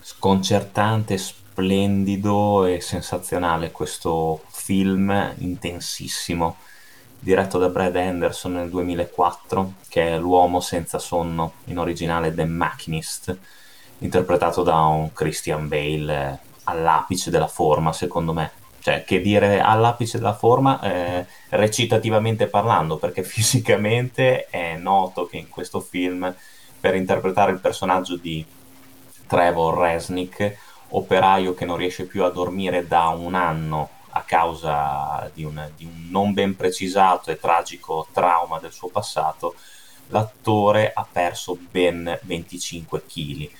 Sconcertante, splendido e sensazionale questo film intensissimo, diretto da Brad Anderson nel 2004, che è L'uomo senza sonno, in originale The Machinist, interpretato da un Christian Bale all'apice della forma, secondo me. Cioè, che dire all'apice della forma, recitativamente parlando, perché fisicamente è noto che in questo film, per interpretare il personaggio di Trevor Resnick, operaio che non riesce più a dormire da un anno a causa di un non ben precisato e tragico trauma del suo passato, l'attore ha perso ben 25 kg,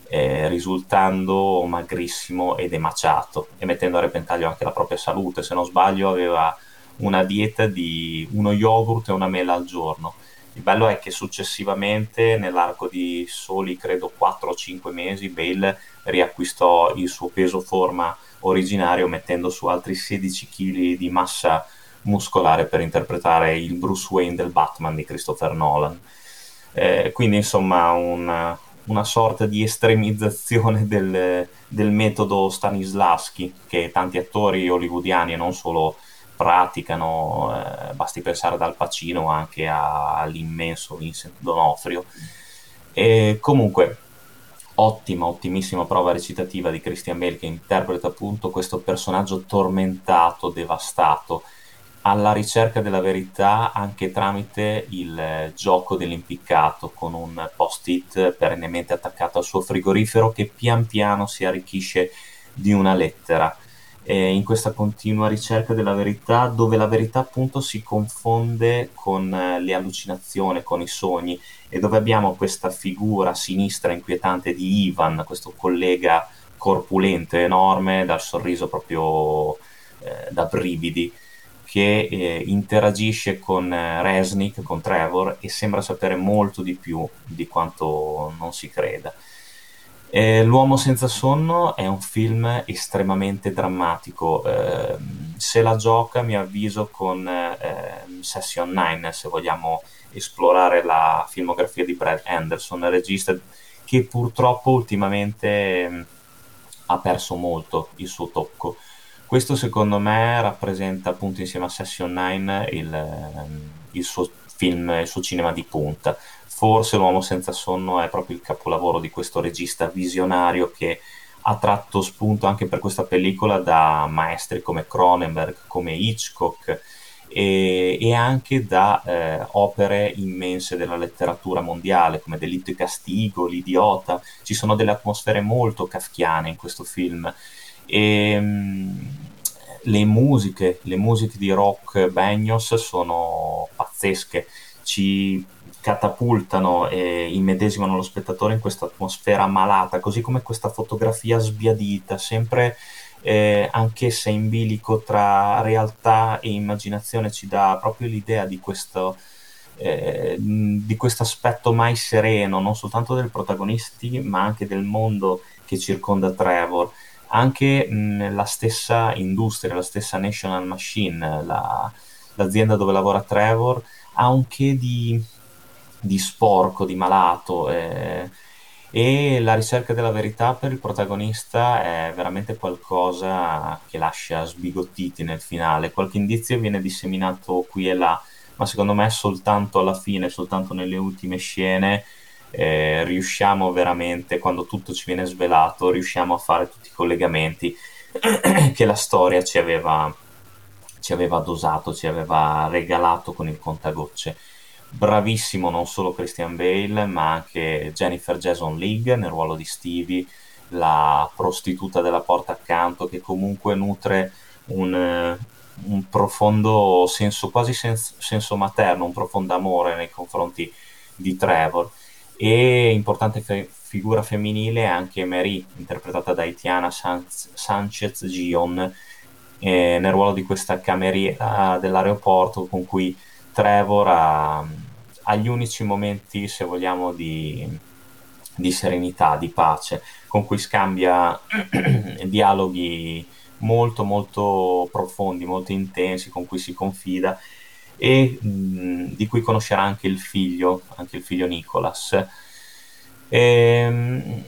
risultando magrissimo ed emaciato e mettendo a repentaglio anche la propria salute. Se non sbaglio aveva una dieta di uno yogurt e una mela al giorno. Il bello è che successivamente, nell'arco di soli, credo, 4 o 5 mesi, Bale riacquistò il suo peso forma originario mettendo su altri 16 kg di massa muscolare per interpretare il Bruce Wayne del Batman di Christopher Nolan. Quindi insomma una sorta di estremizzazione del metodo Stanislavski che tanti attori hollywoodiani e non solo praticano, basti pensare ad Al Pacino anche all'immenso Vincent D'Onofrio. E comunque, ottima, ottimissima prova recitativa di Christian Bale che interpreta appunto questo personaggio tormentato, devastato, alla ricerca della verità anche tramite il gioco dell'impiccato, con un post-it perennemente attaccato al suo frigorifero che pian piano si arricchisce di una lettera. In questa continua ricerca della verità, dove la verità appunto si confonde con le allucinazioni, con i sogni, e dove abbiamo questa figura sinistra inquietante di Ivan, questo collega corpulento e enorme, dal sorriso proprio da brividi, che interagisce con Resnick, con Trevor, e sembra sapere molto di più di quanto non si creda. L'uomo senza sonno è un film estremamente drammatico, se la gioca, a mio avviso, con Session 9, se vogliamo esplorare la filmografia di Brad Anderson, regista che purtroppo ultimamente ha perso molto il suo tocco. Questo secondo me rappresenta appunto insieme a Session 9 il suo film, il suo cinema di punta. Forse L'uomo senza sonno è proprio il capolavoro di questo regista visionario che ha tratto spunto anche per questa pellicola da maestri come Cronenberg, come Hitchcock e anche da opere immense della letteratura mondiale come Delitto e Castigo, L'Idiota. Ci sono delle atmosfere molto kafkiane in questo film e le musiche di Rock Bagnos sono pazzesche, ci catapultano e immedesimano lo spettatore in questa atmosfera malata, così come questa fotografia sbiadita, sempre anch'essa in bilico tra realtà e immaginazione, ci dà proprio l'idea di questo aspetto mai sereno, non soltanto del protagonisti, ma anche del mondo che circonda Trevor. Anche la stessa industria, la stessa National Machine, l'azienda dove lavora Trevor, ha un che di sporco, di malato, e la ricerca della verità per il protagonista è veramente qualcosa che lascia sbigottiti nel finale. Qualche indizio viene disseminato qui e là, ma secondo me soltanto alla fine, soltanto nelle ultime scene, riusciamo veramente, quando tutto ci viene svelato, riusciamo a fare tutti i collegamenti che la storia ci aveva dosato, ci aveva regalato con il contagocce. Bravissimo non solo Christian Bale, ma anche Jennifer Jason Leigh nel ruolo di Stevie, la prostituta della porta accanto, che comunque nutre un profondo senso, quasi senso materno, un profondo amore nei confronti di Trevor. E importante figura femminile è anche Mary, interpretata da Itiana Sanchez Gion, nel ruolo di questa cameriera dell'aeroporto con cui Trevor ha gli unici momenti, se vogliamo, di serenità, di pace, con cui scambia dialoghi molto molto profondi, molto intensi, con cui si confida e di cui conoscerà anche il figlio Nicholas.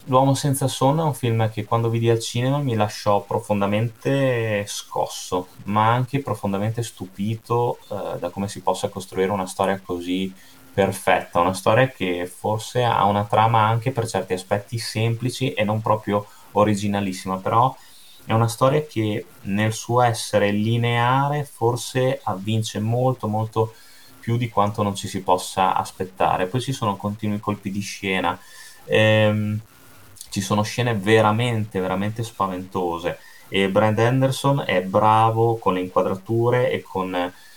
L'uomo senza sonno è un film che quando vidi al cinema mi lasciò profondamente scosso, ma anche profondamente stupito da come si possa costruire una storia così perfetta, una storia che forse ha una trama anche per certi aspetti semplici e non proprio originalissima, però è una storia che nel suo essere lineare forse avvince molto molto più di quanto non ci si possa aspettare. Poi ci sono continui colpi di scena, ehm, ci sono scene veramente veramente spaventose e Brad Anderson è bravo con le inquadrature e con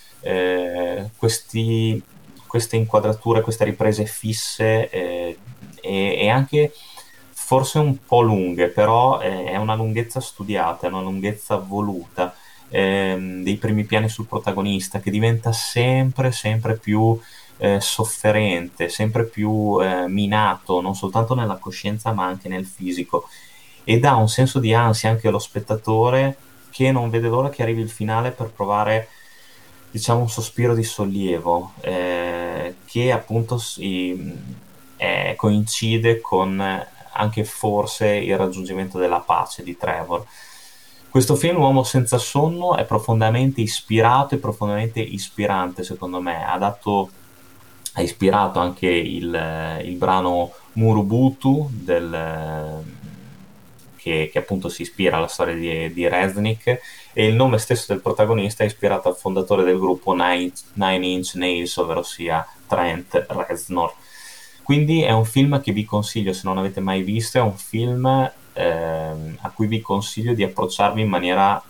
queste inquadrature, queste riprese fisse e anche forse un po' lunghe, però è una lunghezza studiata, è una lunghezza voluta, dei primi piani sul protagonista che diventa sempre, sempre più sofferente, sempre più minato, non soltanto nella coscienza ma anche nel fisico, e dà un senso di ansia anche allo spettatore che non vede l'ora che arrivi il finale per provare, diciamo, un sospiro di sollievo, che appunto coincide con anche forse il raggiungimento della pace di Trevor. Questo film, Uomo senza sonno, è profondamente ispirato e profondamente ispirante, secondo me. Ha ispirato anche il brano Murubutu che appunto si ispira alla storia di Resnick, e il nome stesso del protagonista è ispirato al fondatore del gruppo Nine Inch Nails, ovvero sia Trent Reznor. Quindi è un film che vi consiglio, se non avete mai visto, è un film a cui vi consiglio di approcciarvi in maniera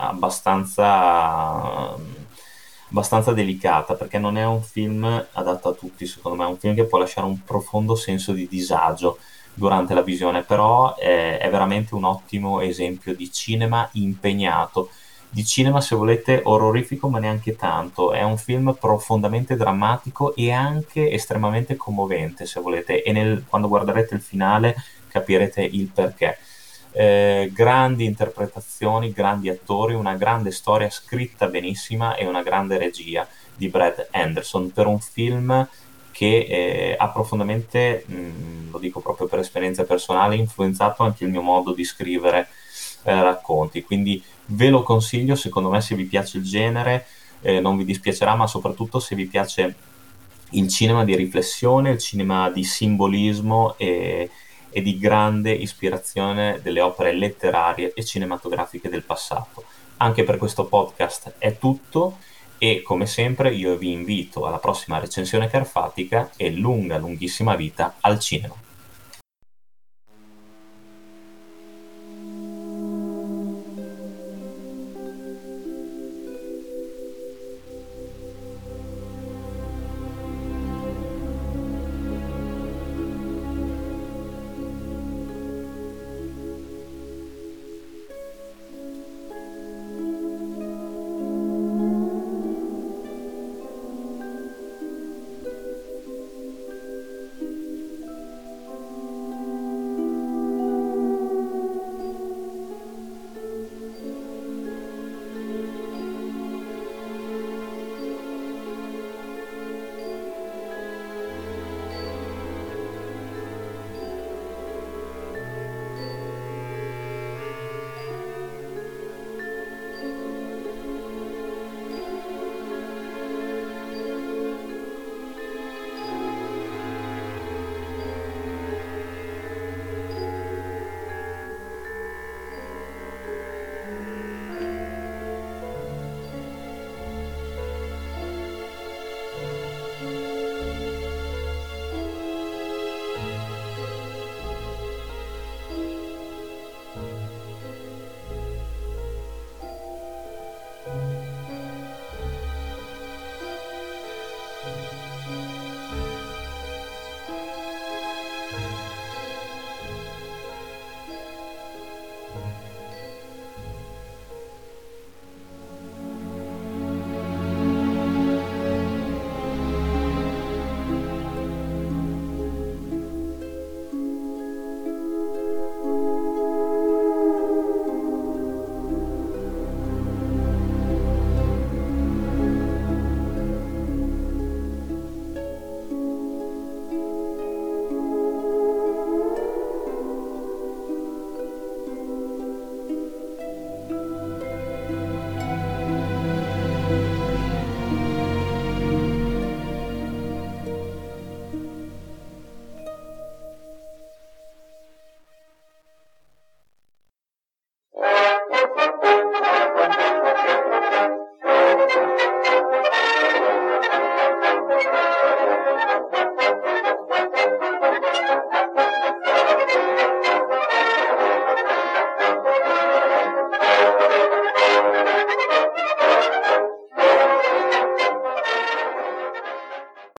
abbastanza delicata, perché non è un film adatto a tutti, secondo me. È un film che può lasciare un profondo senso di disagio durante la visione, però è veramente un ottimo esempio di cinema impegnato, di cinema, se volete, orrorifico, ma neanche tanto. È un film profondamente drammatico e anche estremamente commovente, se volete, e quando guarderete il finale capirete il perché. Grandi interpretazioni, grandi attori, una grande storia scritta benissima e una grande regia di Brad Anderson per un film che ha profondamente, lo dico proprio per esperienza personale, influenzato anche il mio modo di scrivere racconti. Quindi ve lo consiglio, secondo me, se vi piace il genere, non vi dispiacerà, ma soprattutto se vi piace il cinema di riflessione, il cinema di simbolismo e di grande ispirazione delle opere letterarie e cinematografiche del passato. Anche per questo podcast è tutto e come sempre io vi invito alla prossima recensione carfatica e lunga, lunghissima vita al cinema.